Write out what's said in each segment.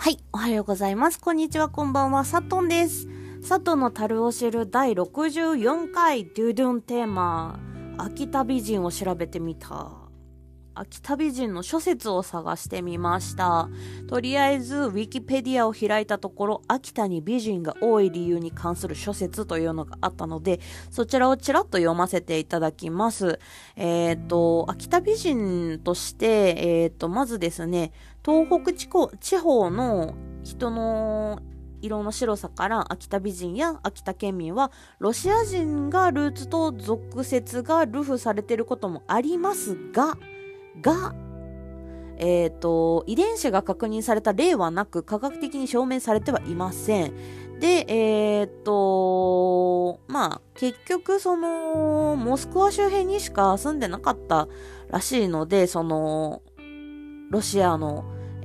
はい、おはようございます。こんにちは、こんばんは、さとんです。さとんの樽を知る第64回デュドゥンテーマ、秋田美人を調べてみた。秋田美人の諸説を探してみました。とりあえず、ウィキペディアを開いたところ、秋田に美人が多い理由に関する諸説というのがあったので、そちらをちらっと読ませていただきます。秋田美人として、まずですね、東北地方の人の色の白さから秋田美人や秋田県民はロシア人がルーツと俗説が流布されていることもありますが、遺伝子が確認された例はなく科学的に証明されてはいません。で、結局モスクワ周辺にしか住んでなかったらしいので、ロシアの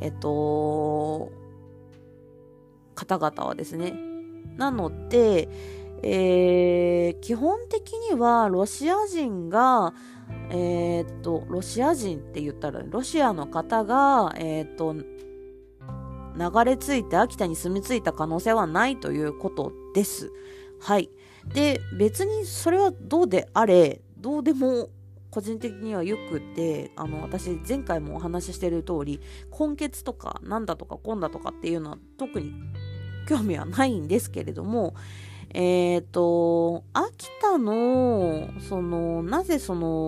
方々はですね。なので、基本的にはロシア人がロシア人って言ったらロシアの方が流れ着いて秋田に住み着いた可能性はないということです。はい。で、別にそれはどうであれ、どうでも個人的にはよくて、私前回もお話ししている通り、根血とかなんだとかこんだとかっていうのは特に興味はないんですけれども、秋田のなぜ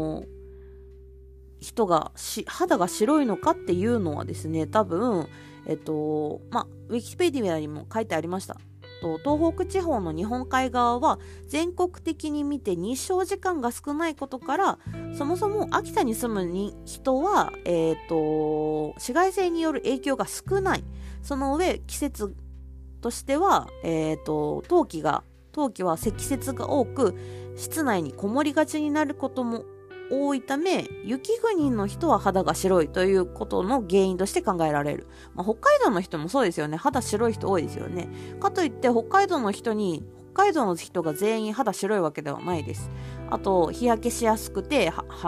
人が肌が白いのかっていうのはですね、多分ウィキペディアにも書いてありました。東北地方の日本海側は全国的に見て日照時間が少ないことから、そもそも秋田に住む人は、紫外線による影響が少ない。その上、季節としては、冬季は積雪が多く、室内にこもりがちになることも多いため、雪国の人は肌が白いということの原因として考えられる。北海道の人もそうですよね。肌白い人多いですよね。かといって北海道の人が全員肌白いわけではないです。あと、日焼けしやすくて、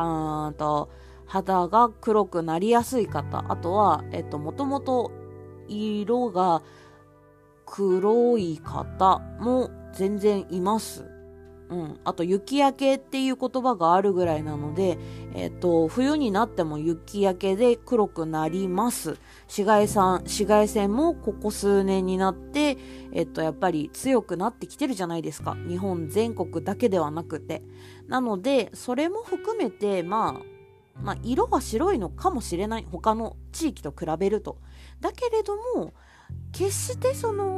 肌が黒くなりやすい方。あとは、もともと色が黒い方も全然います。あと雪焼けっていう言葉があるぐらいなので、冬になっても雪焼けで黒くなります。紫外線もここ数年になって、やっぱり強くなってきてるじゃないですか。日本全国だけではなくて。なので、それも含めて、色は白いのかもしれない。他の地域と比べると。だけれども、決して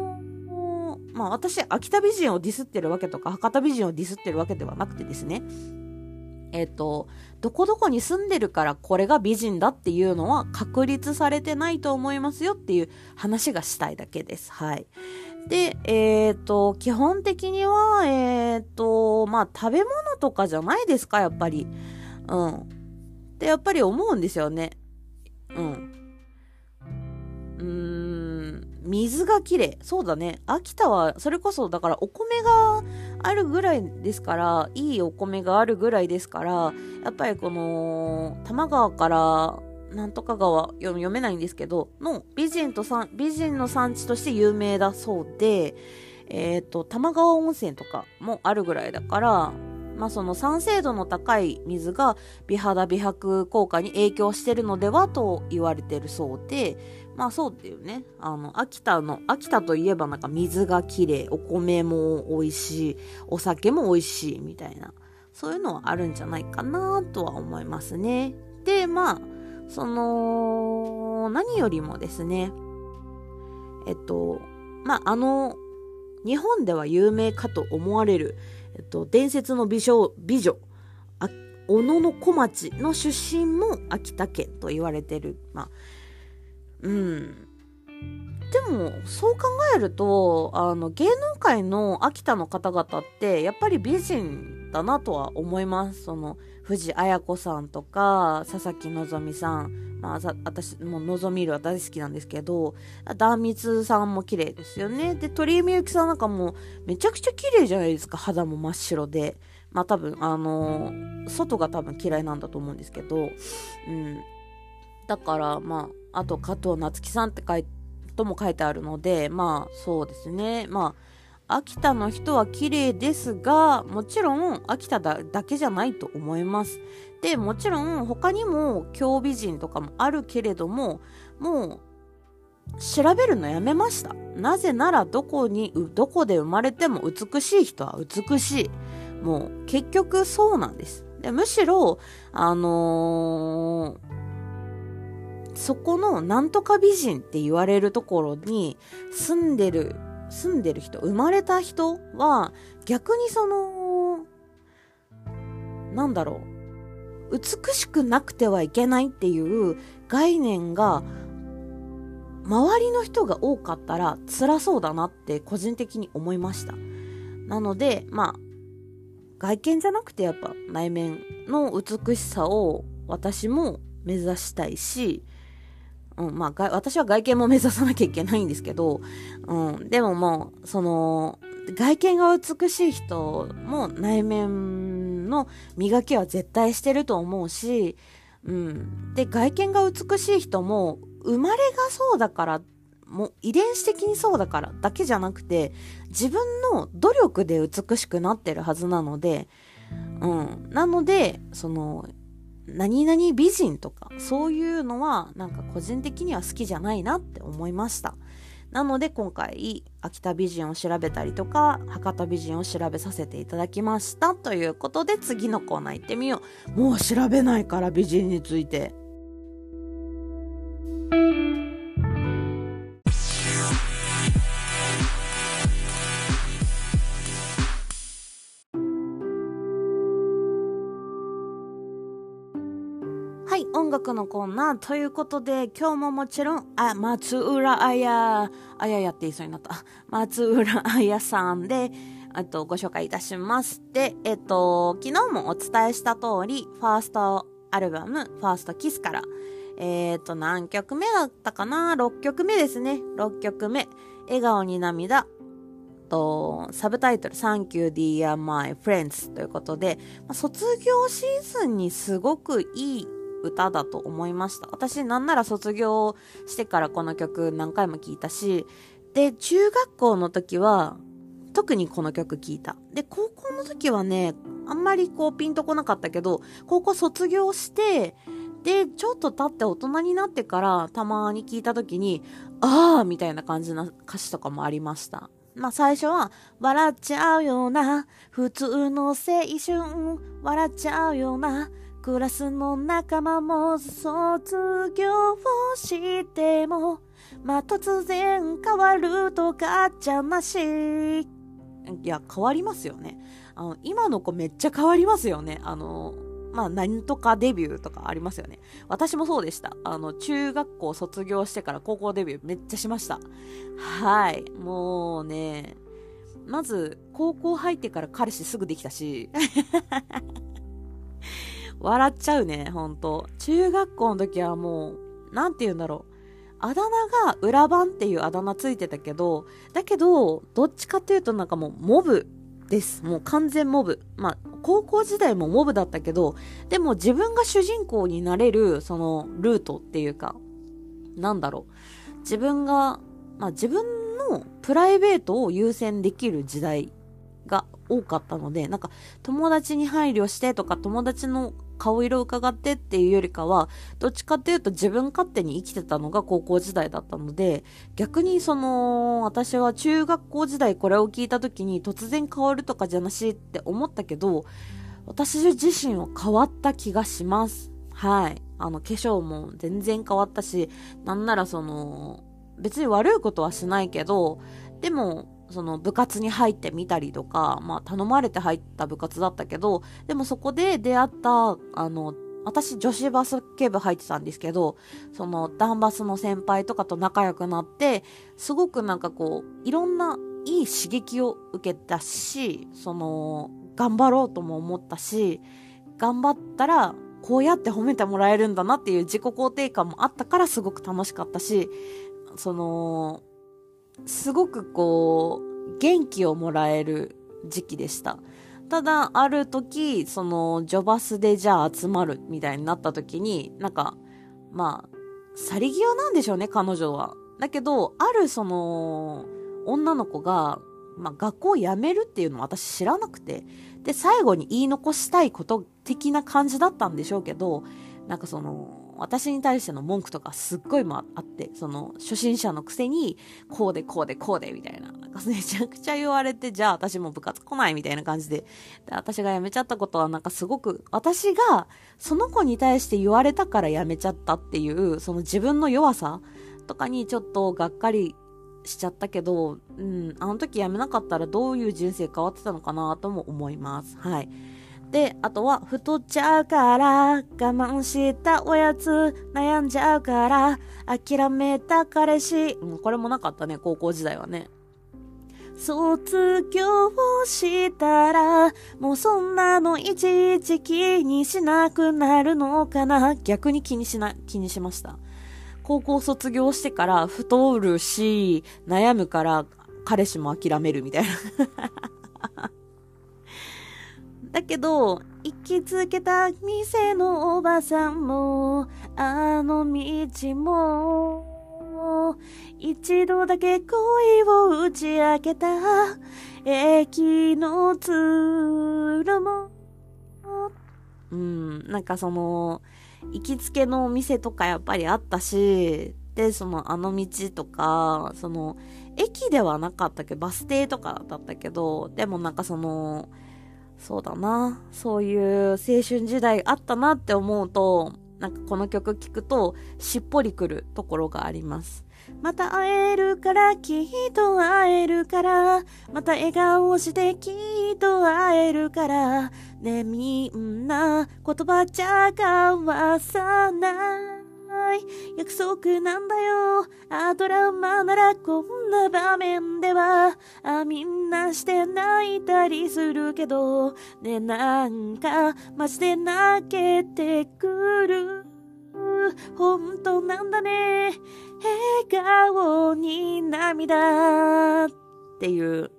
私、秋田美人をディスってるわけとか、博多美人をディスってるわけではなくてですね、どこどこに住んでるからこれが美人だっていうのは確立されてないと思いますよっていう話がしたいだけです。はい。で、基本的には、食べ物とかじゃないですか、やっぱり。ってやっぱり思うんですよね。水がきれい。そうだね。秋田は、それこそ、だからお米があるぐらいですから、いいお米があるぐらいですから、やっぱりこの、多摩川から、なんとか川、読めないんですけど、の美人の産地として有名だそうで、多摩川温泉とかもあるぐらいだから、その酸性度の高い水が美肌美白効果に影響してるのではと言われてるそうで、そうっていうね、秋田といえばなんか水がきれい、お米も美味しい、お酒も美味しいみたいな、そういうのはあるんじゃないかなとは思いますね。で、何よりもですね、日本では有名かと思われる、伝説の美女、小野小町の出身も秋田県と言われてる。でも、そう考えると、芸能界の秋田の方々って、やっぱり美人だなとは思います。藤あや子さんとか、佐々木希さん。私、もう希みるは大好きなんですけど、壇蜜さんも綺麗ですよね。で、鳥居みゆきさんなんかもめちゃくちゃ綺麗じゃないですか。肌も真っ白で。多分、外が多分嫌いなんだと思うんですけど、だから、あと加藤夏希さんってとも書いてあるので、まあそうですね。まあ秋田の人は綺麗ですが、もちろん秋田だけじゃないと思います。で、もちろん他にも京美人とかもあるけれども、もう調べるのやめました。なぜならどこで生まれても美しい人は美しい。もう結局そうなんです。で、むしろ、そこのなんとか美人って言われるところに住んでる人、生まれた人は逆になんだろう、美しくなくてはいけないっていう概念が周りの人が多かったら辛そうだなって個人的に思いました。なので、まあ外見じゃなくてやっぱ内面の美しさを私も目指したいし、まあ私は外見も目指さなきゃいけないんですけど、でももう外見が美しい人も内面の磨きは絶対してると思うし、で外見が美しい人も生まれがそうだから、もう遺伝子的にそうだからだけじゃなくて、自分の努力で美しくなってるはずなので、なので何々美人とかそういうのはなんか個人的には好きじゃないなって思いました。なので今回秋田美人を調べたりとか博多美人を調べさせていただきましたということで、次のコーナー行ってみよう。もう調べないから美人について。はい、音楽のコーナーということで、今日ももちろん、松浦綾やって言いそうになった。松浦綾さんで、ご紹介いたします。で、昨日もお伝えした通り、ファーストアルバム、ファーストキスから、何曲目だったかな ?6 曲目ですね。6曲目。笑顔に涙。サブタイトル Thank you dear my friends ということで、卒業シーズンにすごくいい歌だと思いました。私なんなら卒業してからこの曲何回も聴いたし、で中学校の時は特にこの曲聴いた。で高校の時はね、あんまりピンとこなかったけど、高校卒業してでちょっと経って大人になってからたまに聴いた時にみたいな感じな歌詞とかもありました。最初は笑っちゃうような普通の青春、笑っちゃうようなクラスの仲間も卒業しても、突然変わるとかじゃなし。いや変わりますよね。今の子めっちゃ変わりますよね。何とかデビューとかありますよね。私もそうでした。中学校卒業してから高校デビューめっちゃしました。はい。もうね、まず高校入ってから彼氏すぐできたし笑っちゃうね、ほんと。中学校の時はもうなんて言うんだろう、あだ名が裏番っていうあだ名ついてたけど、だけどどっちかっていうとなんかもうモブです。もう完全モブ。高校時代もモブだったけど、でも自分が主人公になれるそのルートっていうか、なんだろう、自分のプライベートを優先できる時代が多かったので、なんか友達に配慮してとか友達の顔色を伺ってっていうよりかは、どっちかっていうと自分勝手に生きてたのが高校時代だったので、逆に私は中学校時代これを聞いた時に突然変わるとかじゃなしって思ったけど、私自身は変わった気がします。はい。化粧も全然変わったし、なんなら別に悪いことはしないけど、でも部活に入ってみたりとか、頼まれて入った部活だったけど、でもそこで出会った私女子バスケ部入ってたんですけど、ダンバスの先輩とかと仲良くなって、すごくなんかいろんないい刺激を受けたし、頑張ろうとも思ったし、頑張ったらこうやって褒めてもらえるんだなっていう自己肯定感もあったからすごく楽しかったし、すごく元気をもらえる時期でした。ただある時ジョバスでじゃあ集まるみたいになった時に、なんか去り際なんでしょうね、彼女は。 だけど、ある女の子が、学校を辞めるっていうのを私知らなくて、で、最後に言い残したいこと的な感じだったんでしょうけど、私に対しての文句とかすっごいあって、初心者のくせに、こうでこうでこうで、みたいな。めちゃくちゃ言われて、じゃあ私も部活来ないみたいな感じで。で、私が辞めちゃったことはすごく、私がその子に対して言われたから辞めちゃったっていう、自分の弱さとかにちょっとがっかりしちゃったけど、あの時辞めなかったらどういう人生変わってたのかなとも思います。はい。で、あとは、太っちゃうから、我慢したおやつ、悩んじゃうから、諦めた彼氏。これもなかったね、高校時代はね。卒業したら、もうそんなのいちいち気にしなくなるのかな。逆に気にしました。高校卒業してから太るし、悩むから彼氏も諦めるみたいな。だけど、行きつけた店のおばさんも、あの道も、一度だけ恋を打ち明けた、駅の通路も、行きつけのお店とかやっぱりあったし、で、あの道とか、駅ではなかったけど、バス停とかだったけど、でもそうだな。そういう青春時代あったなって思うと、この曲聴くとしっぽりくるところがあります。また会えるから、きっと会えるから、また笑顔してきっと会えるから、ね、みんな言葉じゃ交わさない約束なんだよ。ドラマならこんな場面ではみんなして泣いたりするけどね、マジで泣けてくる。本当なんだね、笑顔に涙っていう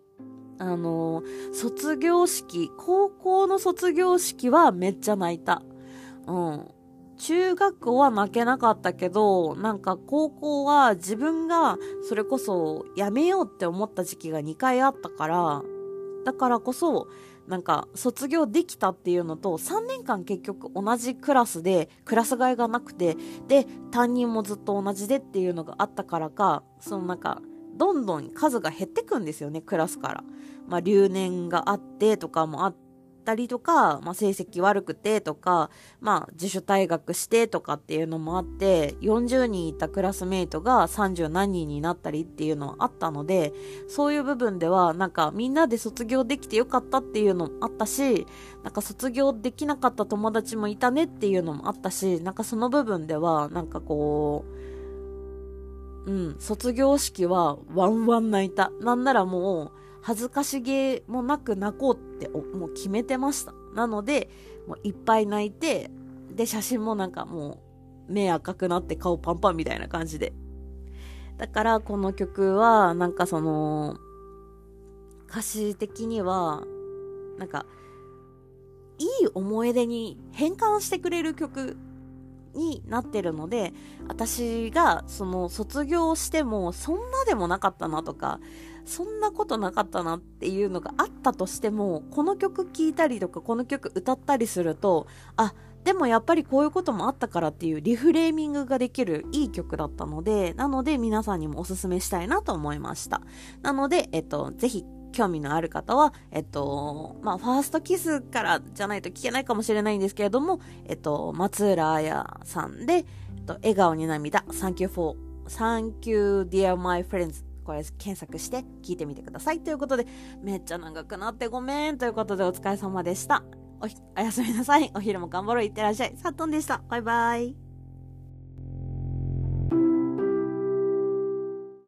卒業式、高校の卒業式はめっちゃ泣いた。中学校は泣けなかったけど、高校は自分がそれこそやめようって思った時期が2回あったから、だからこそ、卒業できたっていうのと、3年間結局同じクラスで、クラス替えがなくて、で、担任もずっと同じでっていうのがあったからか、どんどん数が減ってくんですよね、クラスから。留年があってとかもあったりとか、成績悪くてとか、自主退学してとかっていうのもあって、40人いたクラスメイトが30何人になったりっていうのはあったので、そういう部分では、みんなで卒業できてよかったっていうのもあったし、卒業できなかった友達もいたねっていうのもあったし、その部分では、卒業式はワンワン泣いた。なんならもう、恥ずかしげもなく泣こうってもう決めてました。なので、もういっぱい泣いて、で、写真ももう、目赤くなって顔パンパンみたいな感じで。だから、この曲は、歌詞的には、いい思い出に変換してくれる曲になってるので、私が卒業してもそんなでもなかったなとか、そんなことなかったなっていうのがあったとしても、この曲聴いたりとかこの曲歌ったりすると、でもやっぱりこういうこともあったからっていうリフレーミングができるいい曲だったので、なので皆さんにもおすすめしたいなと思いました。なので、ぜひ興味のある方は、ファーストキスからじゃないと聞けないかもしれないんですけれども、松浦彩さんで、笑顔に涙、Thank you dear my friends。これ検索して聞いてみてください。ということで、めっちゃ長くなってごめん。ということでお疲れ様でした。おやすみなさい。お昼も頑張ろう。いってらっしゃい。さっとんでした。バイバイ。